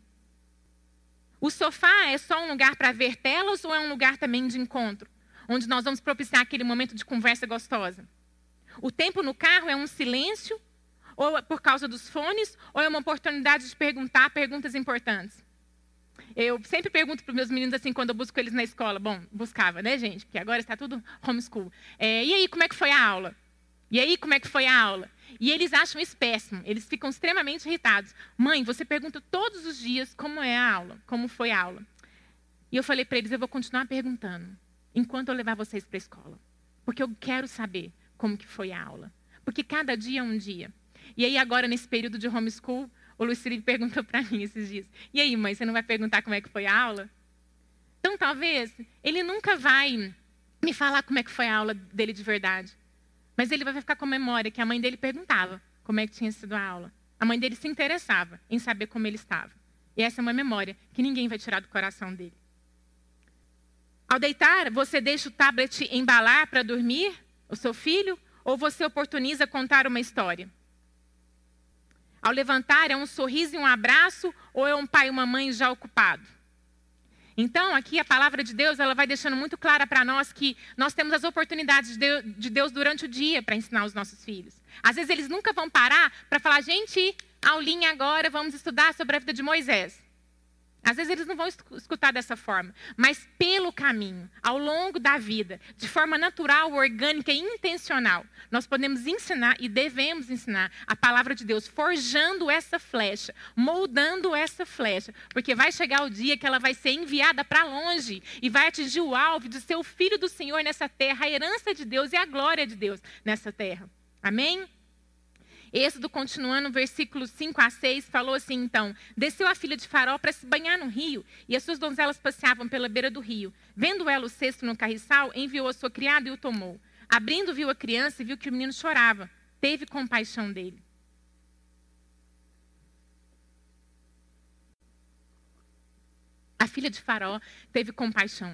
O sofá é só um lugar para ver telas ou é um lugar também de encontro, onde nós vamos propiciar aquele momento de conversa gostosa? O tempo no carro é um silêncio, ou é por causa dos fones, ou é uma oportunidade de perguntar perguntas importantes? Eu sempre pergunto para os meus meninos assim, quando eu busco eles na escola. Bom, buscava, né, gente? Porque agora está tudo homeschool. É, e aí, como é que foi a aula? E aí, como é que foi a aula? E eles acham isso péssimo. Eles ficam extremamente irritados. Mãe, você pergunta todos os dias como é a aula, como foi a aula. E eu falei para eles, eu vou continuar perguntando, enquanto eu levar vocês para a escola. Porque eu quero saber como que foi a aula. Porque cada dia é um dia. E aí agora, nesse período de homeschool, o Luiz Felipe perguntou para mim esses dias. E aí, mãe, você não vai perguntar como é que foi a aula? Então, talvez, ele nunca vai me falar como é que foi a aula dele de verdade. Mas ele vai ficar com a memória que a mãe dele perguntava como é que tinha sido a aula. A mãe dele se interessava em saber como ele estava. E essa é uma memória que ninguém vai tirar do coração dele. Ao deitar, você deixa o tablet embalar para dormir, o seu filho, ou você oportuniza contar uma história? Ao levantar, é um sorriso e um abraço, ou é um pai e uma mãe já ocupado? Então, aqui a palavra de Deus, ela vai deixando muito clara para nós que nós temos as oportunidades de Deus durante o dia para ensinar os nossos filhos. Às vezes eles nunca vão parar para falar, gente, aulinha agora, vamos estudar sobre a vida de Moisés. Às vezes eles não vão escutar dessa forma, mas pelo caminho, ao longo da vida, de forma natural, orgânica e intencional, nós podemos ensinar e devemos ensinar a palavra de Deus, forjando essa flecha, moldando essa flecha, porque vai chegar o dia que ela vai ser enviada para longe e vai atingir o alvo de ser o filho do Senhor nessa terra, a herança de Deus e a glória de Deus nessa terra. Amém? Êxodo, continuando, versículos cinco a seis, falou assim, então, desceu a filha de Faraó para se banhar no rio, e as suas donzelas passeavam pela beira do rio. Vendo ela o cesto no carriçal, enviou a sua criada e o tomou. Abrindo, viu a criança e viu que o menino chorava. Teve compaixão dele. A filha de Faraó teve compaixão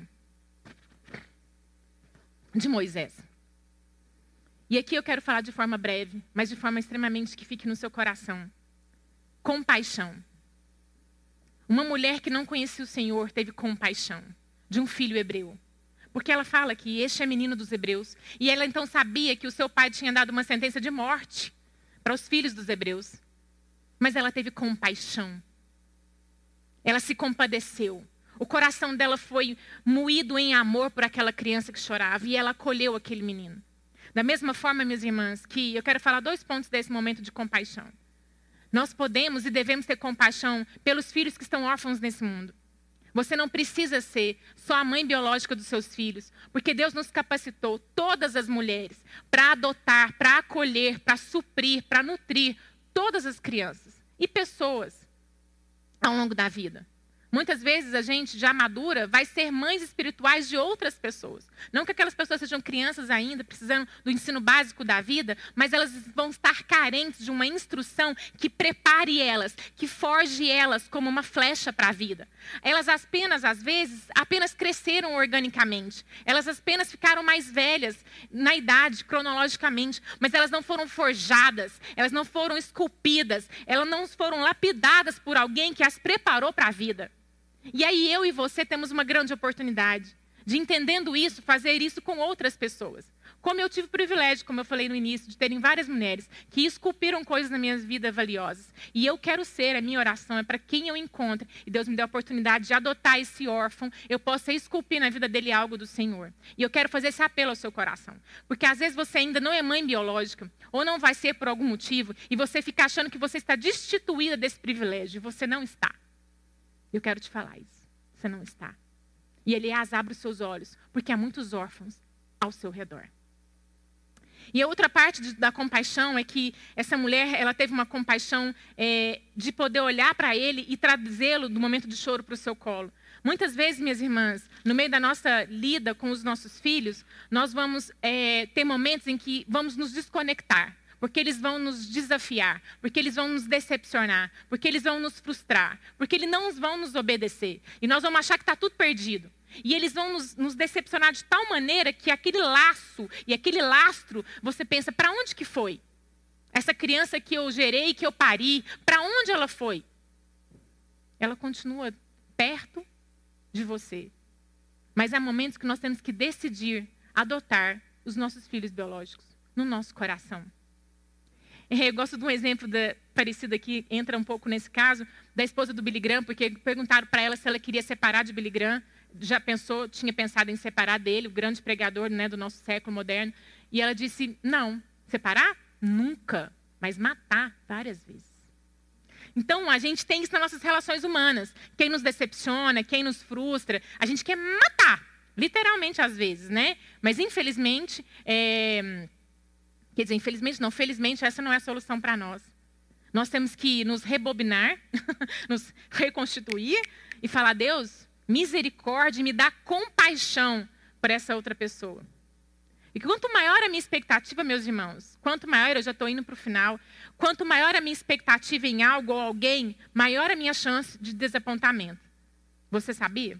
de Moisés. E aqui eu quero falar de forma breve, mas de forma extremamente que fique no seu coração. Compaixão. Uma mulher que não conhecia o Senhor teve compaixão de um filho hebreu. Porque ela fala que este é menino dos hebreus. E ela então sabia que o seu pai tinha dado uma sentença de morte para os filhos dos hebreus. Mas ela teve compaixão. Ela se compadeceu. O coração dela foi moído em amor por aquela criança que chorava. E ela acolheu aquele menino. Da mesma forma, minhas irmãs, que eu quero falar dois pontos desse momento de compaixão. Nós podemos e devemos ter compaixão pelos filhos que estão órfãos nesse mundo. Você não precisa ser só a mãe biológica dos seus filhos, porque Deus nos capacitou, todas as mulheres, para adotar, para acolher, para suprir, para nutrir todas as crianças e pessoas ao longo da vida. Muitas vezes a gente, já madura, vai ser mães espirituais de outras pessoas. Não que aquelas pessoas sejam crianças ainda, precisando do ensino básico da vida, mas elas vão estar carentes de uma instrução que prepare elas, que forge elas como uma flecha para a vida. Elas apenas, às vezes, apenas cresceram organicamente. Elas apenas ficaram mais velhas na idade, cronologicamente, mas elas não foram forjadas, elas não foram esculpidas, elas não foram lapidadas por alguém que as preparou para a vida. E aí eu e você temos uma grande oportunidade de, entendendo isso, fazer isso com outras pessoas. Como eu tive o privilégio, como eu falei no início, de terem várias mulheres que esculpiram coisas na minha vida valiosas. E eu quero ser, a minha oração é para quem eu encontro, e Deus me deu a oportunidade de adotar esse órfão, eu possa esculpir na vida dele algo do Senhor. E eu quero fazer esse apelo ao seu coração. Porque às vezes você ainda não é mãe biológica, ou não vai ser por algum motivo, e você fica achando que você está destituída desse privilégio, e você não está. Eu quero te falar isso. Você não está. E, aliás, abre os seus olhos, porque há muitos órfãos ao seu redor. E a outra parte de, da compaixão é que essa mulher, ela teve uma compaixão é, de poder olhar para ele e trazê-lo do momento de choro para o seu colo. Muitas vezes, minhas irmãs, no meio da nossa lida com os nossos filhos, nós vamos é, ter momentos em que vamos nos desconectar. Porque eles vão nos desafiar, porque eles vão nos decepcionar, porque eles vão nos frustrar, porque eles não vão nos obedecer. E nós vamos achar que está tudo perdido. E eles vão nos, nos decepcionar de tal maneira que aquele laço e aquele lastro, você pensa, para onde que foi? Essa criança que eu gerei, que eu pari, para onde ela foi? Ela continua perto de você. Mas há momentos que nós temos que decidir adotar os nossos filhos biológicos no nosso coração. Eu gosto de um exemplo da, parecido aqui, entra um pouco nesse caso, da esposa do Billy Graham, porque perguntaram para ela se ela queria separar de Billy Graham. Já pensou, tinha pensado em separar dele, o grande pregador, né, do nosso século moderno. E ela disse, não, separar? Nunca, mas matar várias vezes. Então, a gente tem isso nas nossas relações humanas. Quem nos decepciona, quem nos frustra, a gente quer matar, literalmente às vezes, né? Mas, infelizmente... É... Quer dizer, infelizmente não, felizmente essa não é a solução para nós. Nós temos que nos rebobinar, nos reconstituir e falar, Deus, misericórdia, me dá compaixão por essa outra pessoa. E quanto maior a minha expectativa, meus irmãos, quanto maior, eu já estou indo para o final, quanto maior a minha expectativa em algo ou alguém, maior a minha chance de desapontamento. Você sabia?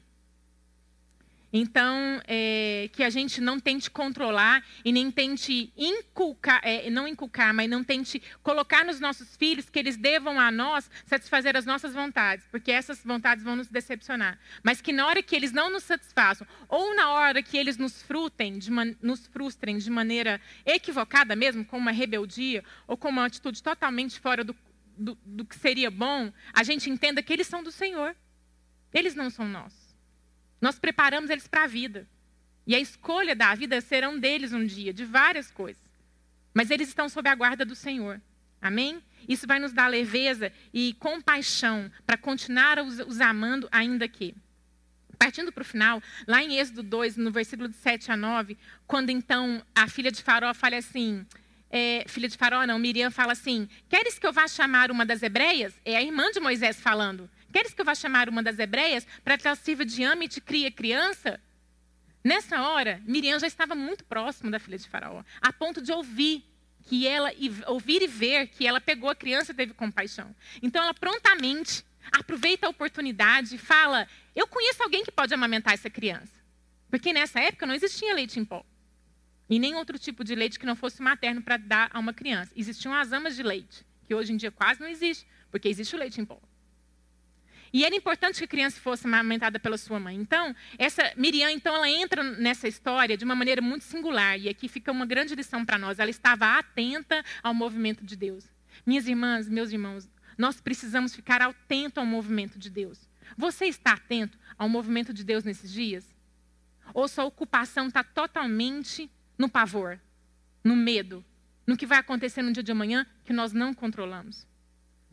Então, é, que a gente não tente controlar e nem tente inculcar, é, não inculcar, mas não tente colocar nos nossos filhos que eles devam a nós satisfazer as nossas vontades, porque essas vontades vão nos decepcionar. Mas que na hora que eles não nos satisfaçam, ou na hora que eles nos, frutem de man, nos frustrem de maneira equivocada mesmo, com uma rebeldia, ou com uma atitude totalmente fora do, do, do que seria bom, a gente entenda que eles são do Senhor. Eles não são nossos. Nós preparamos eles para a vida. E a escolha da vida serão deles um dia, de várias coisas. Mas eles estão sob a guarda do Senhor. Amém? Isso vai nos dar leveza e compaixão para continuar os, os amando ainda que. Partindo para o final, lá em Êxodo dois, no versículo de sete a nove, quando então a filha de Faraó fala assim... É, filha de Faraó não, Miriam fala assim, queres que eu vá chamar uma das hebreias? É a irmã de Moisés falando. Queres que eu vá chamar uma das hebreias para que ela sirva de ama e te crie criança? Nessa hora, Miriam já estava muito próximo da filha de Faraó, a ponto de ouvir, que ela, ouvir e ver que ela pegou a criança e teve compaixão. Então ela prontamente aproveita a oportunidade e fala, eu conheço alguém que pode amamentar essa criança. Porque nessa época não existia leite em pó. E nem outro tipo de leite que não fosse materno para dar a uma criança. Existiam as amas de leite, que hoje em dia quase não existe, porque existe o leite em pó. E era importante que a criança fosse amamentada pela sua mãe. Então, essa Miriam, então, ela entra nessa história de uma maneira muito singular. E aqui fica uma grande lição para nós. Ela estava atenta ao movimento de Deus. Minhas irmãs, meus irmãos, nós precisamos ficar atento ao movimento de Deus. Você está atento ao movimento de Deus nesses dias? Ou sua ocupação está totalmente no pavor, no medo, no que vai acontecer no dia de amanhã que nós não controlamos?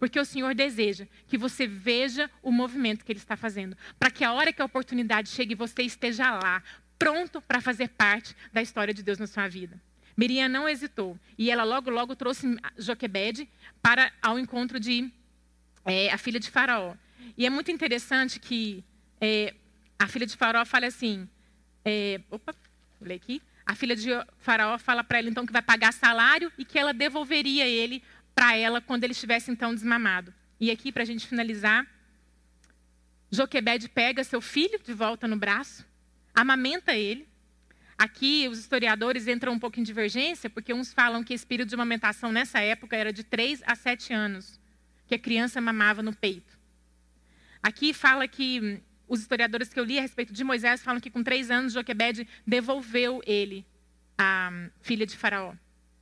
Porque o Senhor deseja que você veja o movimento que Ele está fazendo. Para que a hora que a oportunidade chegue, você esteja lá, pronto para fazer parte da história de Deus na sua vida. Miriam não hesitou. E ela logo, logo trouxe Joquebede para ao encontro de é, a filha de Faraó. E é muito interessante que é, a filha de Faraó fala assim... É, opa, vou ler aqui. A filha de Faraó fala para ela então que vai pagar salário e que ela devolveria ele para ela quando ele estivesse então desmamado. E aqui, para a gente finalizar, Joquebede pega seu filho de volta no braço, amamenta ele. Aqui os historiadores entram um pouco em divergência, porque uns falam que esse período de amamentação nessa época era de três a sete anos, que a criança mamava no peito. Aqui fala que, os historiadores que eu li a respeito de Moisés falam que com três anos Joquebede devolveu ele, a filha de Faraó.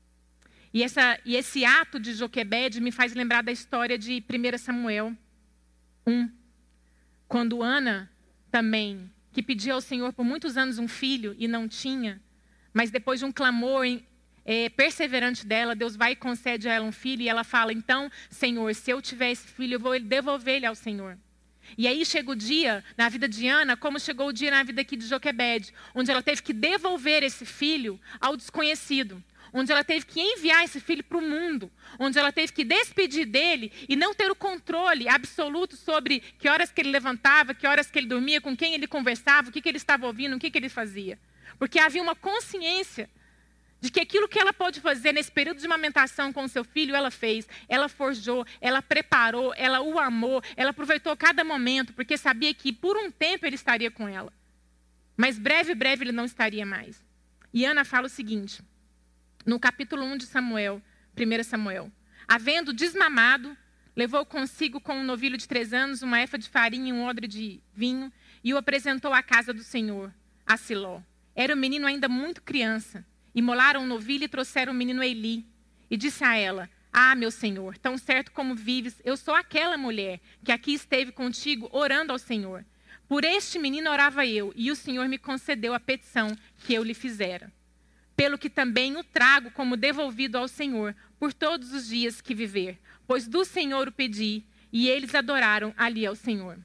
E, essa, e esse ato de Joquebede me faz lembrar da história de primeiro Samuel um. Quando Ana também, que pedia ao Senhor por muitos anos um filho e não tinha, mas depois de um clamor é, perseverante dela, Deus vai e concede a ela um filho e ela fala, então, Senhor, se eu tiver esse filho, eu vou devolver ele ao Senhor. E aí chega o dia na vida de Ana, como chegou o dia na vida aqui de Joquebede, onde ela teve que devolver esse filho ao desconhecido. Onde ela teve que enviar esse filho para o mundo, onde ela teve que despedir dele e não ter o controle absoluto sobre que horas que ele levantava, que horas que ele dormia, com quem ele conversava, o que, que ele estava ouvindo, o que, que ele fazia. Porque havia uma consciência de que aquilo que ela pôde fazer nesse período de amamentação com o seu filho, ela fez. Ela forjou, ela preparou, ela o amou, ela aproveitou cada momento, porque sabia que por um tempo ele estaria com ela. Mas breve, breve ele não estaria mais. E Ana fala o seguinte... No capítulo um de Samuel, primeiro Samuel. Havendo desmamado, levou consigo com um novilho de três anos, uma efa de farinha e um odre de vinho, e o apresentou à casa do Senhor, a Siló. Era o menino ainda muito criança. Imolaram o novilho e trouxeram o menino Eli. E disse a ela, ah, meu Senhor, tão certo como vives, eu sou aquela mulher que aqui esteve contigo orando ao Senhor. Por este menino orava eu, e o Senhor me concedeu a petição que eu lhe fizera. Pelo que também o trago como devolvido ao Senhor, por todos os dias que viver. Pois do Senhor o pedi, e eles adoraram ali ao Senhor.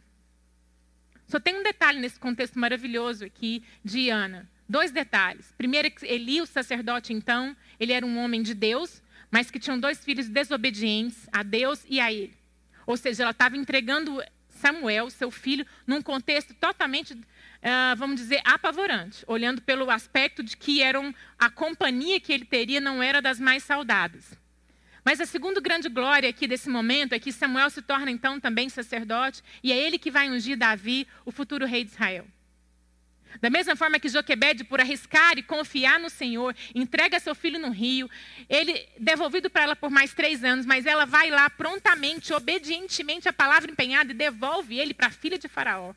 Só tem um detalhe nesse contexto maravilhoso aqui de Ana. Dois detalhes. Primeiro, Eli, o sacerdote, então, ele era um homem de Deus, mas que tinham dois filhos desobedientes a Deus e a ele. Ou seja, ela estava entregando Samuel, seu filho, num contexto totalmente... Uh, vamos dizer, apavorante, olhando pelo aspecto de que eram, a companhia que ele teria não era das mais saudáveis. Mas a segunda grande glória aqui desse momento é que Samuel se torna então também sacerdote, e é ele que vai ungir Davi, o futuro rei de Israel. Da mesma forma que Joquebede, por arriscar e confiar no Senhor, entrega seu filho no rio, ele devolvido para ela por mais três anos, mas ela vai lá prontamente, obedientemente, a palavra empenhada e devolve ele para a filha de Faraó.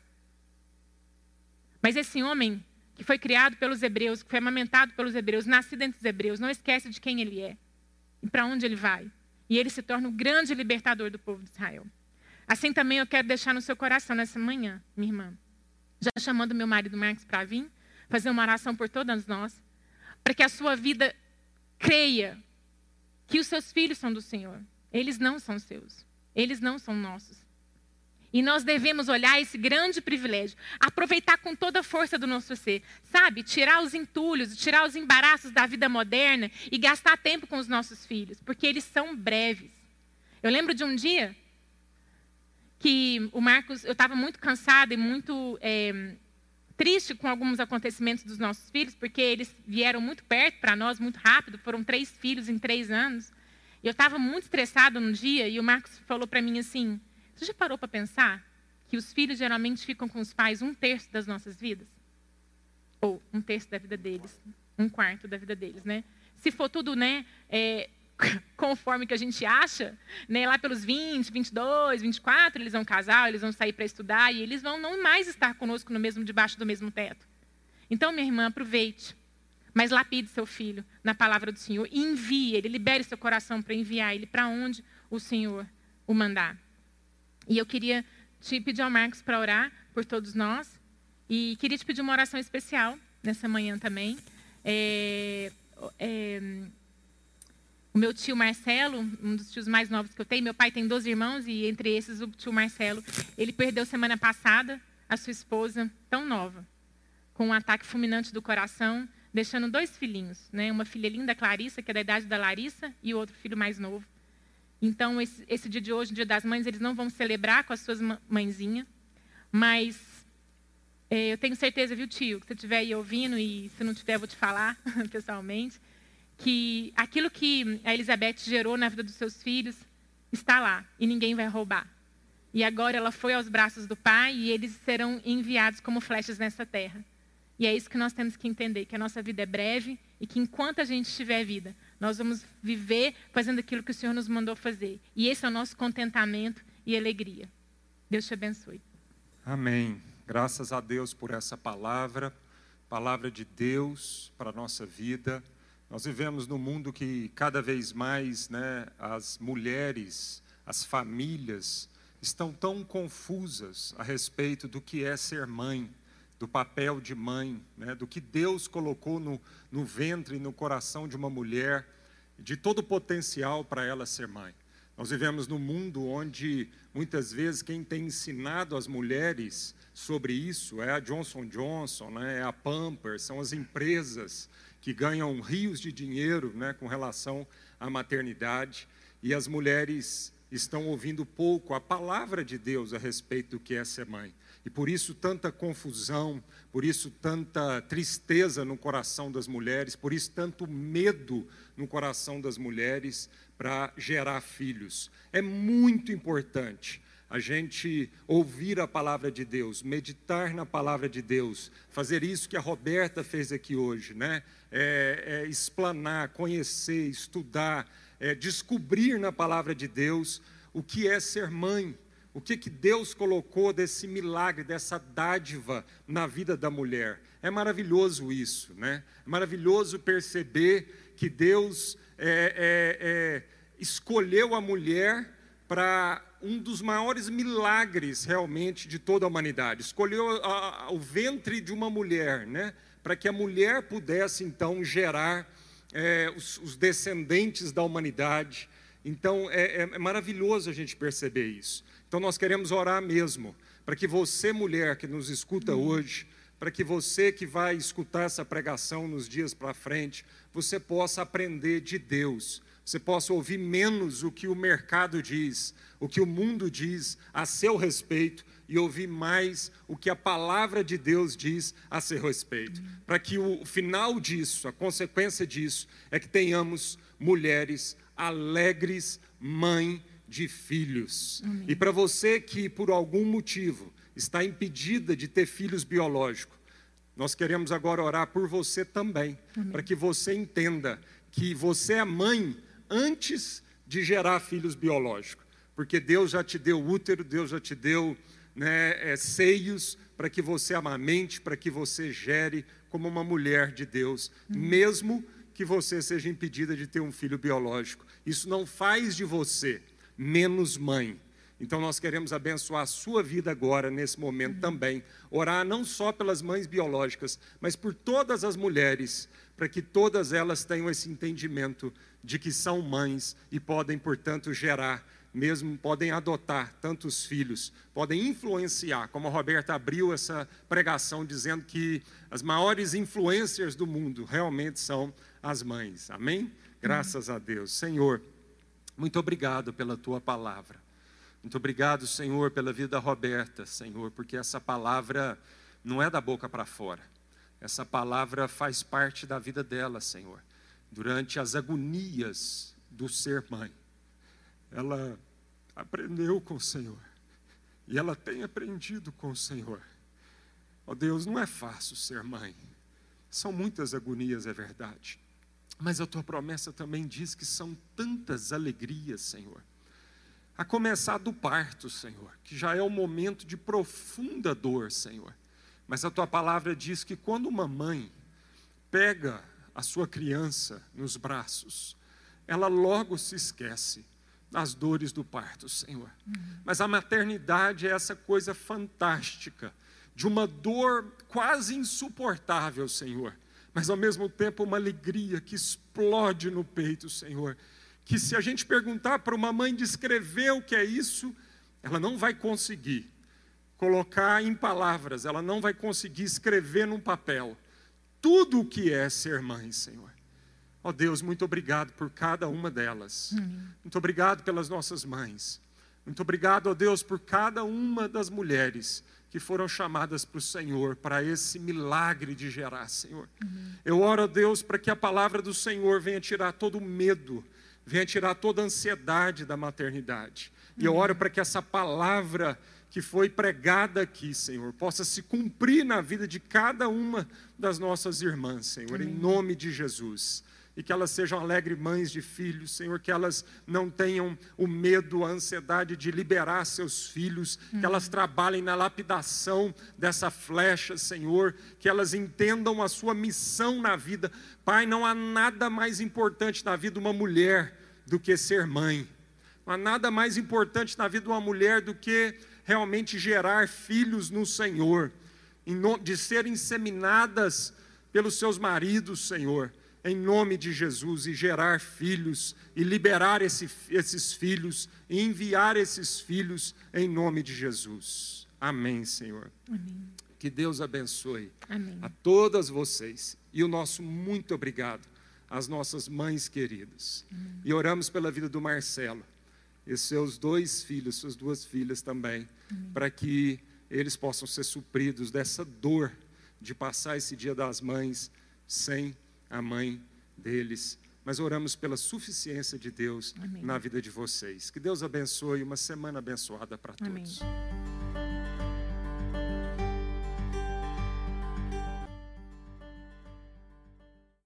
Mas esse homem que foi criado pelos hebreus, que foi amamentado pelos hebreus, nascido entre os hebreus, não esquece de quem ele é e para onde ele vai. E ele se torna o grande libertador do povo de Israel. Assim também eu quero deixar no seu coração nessa manhã, minha irmã, já chamando meu marido Marcos para vir, fazer uma oração por todas nós, para que a sua vida creia que os seus filhos são do Senhor. Eles não são seus, eles não são nossos. E nós devemos olhar esse grande privilégio, aproveitar com toda a força do nosso ser, sabe? Tirar os entulhos, tirar os embaraços da vida moderna e gastar tempo com os nossos filhos, porque eles são breves. Eu lembro de um dia que o Marcos, eu estava muito cansada e muito é, triste com alguns acontecimentos dos nossos filhos, porque eles vieram muito perto para nós, muito rápido, foram três filhos em três anos. E eu estava muito estressada num dia e o Marcos falou para mim assim, você já parou para pensar que os filhos geralmente ficam com os pais um terço das nossas vidas? Ou um terço da vida deles, um quarto da vida deles, né? Se for tudo, né, é, conforme que a gente acha, né, lá pelos vinte, vinte e dois, vinte e quatro, eles vão casar, eles vão sair para estudar e eles vão não mais estar conosco no mesmo, debaixo do mesmo teto. Então, minha irmã, aproveite, mas lapide seu filho na palavra do Senhor e envie ele, libere seu coração para enviar ele para onde o Senhor o mandar. E eu queria te pedir ao Marcos para orar por todos nós. E queria te pedir uma oração especial nessa manhã também. É, é, o O meu tio Marcelo, um dos tios mais novos que eu tenho, meu pai tem doze irmãos e entre esses o tio Marcelo, ele perdeu semana passada a sua esposa tão nova, com um ataque fulminante do coração, deixando dois filhinhos, né? Uma filha linda, Clarissa, que é da idade da Larissa, e o outro filho mais novo. Então, esse, esse dia de hoje, o Dia das Mães, eles não vão celebrar com as suas mãezinhas, mas é, eu tenho certeza, viu, tio, que se você estiver aí ouvindo, e se não tiver, eu vou te falar pessoalmente, que aquilo que a Elizabeth gerou na vida dos seus filhos está lá, e ninguém vai roubar. E agora ela foi aos braços do Pai, e eles serão enviados como flechas nessa terra. E é isso que nós temos que entender, que a nossa vida é breve, e que enquanto a gente tiver vida, nós vamos viver fazendo aquilo que o Senhor nos mandou fazer. E esse é o nosso contentamento e alegria. Deus te abençoe. Amém. Graças a Deus por essa palavra, palavra de Deus para a nossa vida. Nós vivemos num mundo que cada vez mais, né, as mulheres, as famílias estão tão confusas a respeito do que é ser mãe, do papel de mãe, né, do que Deus colocou no, no ventre e no coração de uma mulher, de todo o potencial para ela ser mãe. Nós vivemos num mundo onde, muitas vezes, quem tem ensinado as mulheres sobre isso é a Johnson and Johnson, né, é a Pampers, são as empresas que ganham rios de dinheiro, né, com relação à maternidade, e as mulheres estão ouvindo pouco a palavra de Deus a respeito do que é ser mãe. E por isso tanta confusão, por isso tanta tristeza no coração das mulheres, por isso tanto medo no coração das mulheres para gerar filhos. É muito importante a gente ouvir a palavra de Deus, meditar na palavra de Deus, fazer isso que a Roberta fez aqui hoje, né? É, é explanar, conhecer, estudar, é descobrir na palavra de Deus o que é ser mãe. O que, que Deus colocou desse milagre, dessa dádiva na vida da mulher. É maravilhoso isso, né? É maravilhoso perceber que Deus é, é, é, escolheu a mulher para um dos maiores milagres realmente de toda a humanidade. Escolheu a, a, o ventre de uma mulher, né? Para que a mulher pudesse então gerar é, os, os descendentes da humanidade. Então é, é maravilhoso a gente perceber isso. Então nós queremos orar mesmo, para que você, mulher que nos escuta hoje, para que você que vai escutar essa pregação nos dias para frente, você possa aprender de Deus, você possa ouvir menos o que o mercado diz, o que o mundo diz a seu respeito, e ouvir mais o que a palavra de Deus diz a seu respeito. Para que o final disso, a consequência disso, é que tenhamos mulheres alegres, mãe de filhos. Amém. E para você que por algum motivo está impedida de ter filhos biológicos, nós queremos agora orar por você também, para que você entenda que você é mãe antes de gerar filhos biológicos, porque Deus já te deu útero, Deus já te deu, né, é, seios para que você amamente, para que você gere como uma mulher de Deus, uhum. mesmo que você seja impedida de ter um filho biológico. Isso não faz de você menos mãe. Então nós queremos abençoar a sua vida agora, nesse momento uhum. também. Orar não só pelas mães biológicas, mas por todas as mulheres, para que todas elas tenham esse entendimento de que são mães e podem, portanto, gerar, mesmo podem adotar tantos filhos, podem influenciar, como a Roberta abriu essa pregação dizendo que as maiores influencers do mundo realmente são as mães. Amém? Graças uhum. a Deus. Senhor, muito obrigado pela tua palavra. Muito obrigado, Senhor, pela vida da Roberta, Senhor, porque essa palavra não é da boca para fora. Essa palavra faz parte da vida dela, Senhor. Durante as agonias do ser mãe, ela aprendeu com o Senhor. E ela tem aprendido com o Senhor. Ó Deus, não é fácil ser mãe. São muitas agonias, é verdade. Mas a tua promessa também diz que são tantas alegrias, Senhor. A começar do parto, Senhor, que já é um momento de profunda dor, Senhor. Mas a tua palavra diz que quando uma mãe pega a sua criança nos braços, ela logo se esquece das dores do parto, Senhor. Uhum. Mas a maternidade é essa coisa fantástica, de uma dor quase insuportável, Senhor. Mas ao mesmo tempo uma alegria que explode no peito, Senhor. que se a gente perguntar para uma mãe descrever o que é isso, ela não vai conseguir colocar em palavras, ela não vai conseguir escrever num papel tudo o que é ser mãe, Senhor. Ó Deus, muito obrigado por cada uma delas. Amém. Muito obrigado pelas nossas mães. Muito obrigado, ó Deus, por cada uma das mulheres que foram chamadas para o Senhor, para esse milagre de gerar, Senhor. Uhum. Eu oro, ó Deus, para que a palavra do Senhor venha tirar todo o medo, venha tirar toda a ansiedade da maternidade. Uhum. E eu oro para que essa palavra que foi pregada aqui, Senhor, possa se cumprir na vida de cada uma das nossas irmãs, Senhor, uhum. em nome de Jesus. E que elas sejam alegres mães de filhos, Senhor, que elas não tenham o medo, a ansiedade de liberar seus filhos, uhum. que elas trabalhem na lapidação dessa flecha, Senhor, que elas entendam a sua missão na vida. Pai, não há nada mais importante na vida de uma mulher do que ser mãe. Não há nada mais importante na vida de uma mulher do que realmente gerar filhos no Senhor, de serem inseminadas pelos seus maridos, Senhor, em nome de Jesus, e gerar filhos, e liberar esse, esses filhos, e enviar esses filhos em nome de Jesus. Amém, Senhor. Amém. Que Deus abençoe Amém. A todas vocês, e o nosso muito obrigado às nossas mães queridas. Amém. E oramos pela vida do Marcelo, e seus dois filhos, suas duas filhas também, amém. Para que eles possam ser supridos dessa dor de passar esse Dia das Mães sem a mãe deles, mas oramos pela suficiência de Deus, amém. Na vida de vocês. Que Deus abençoe, uma semana abençoada para todos. Amém.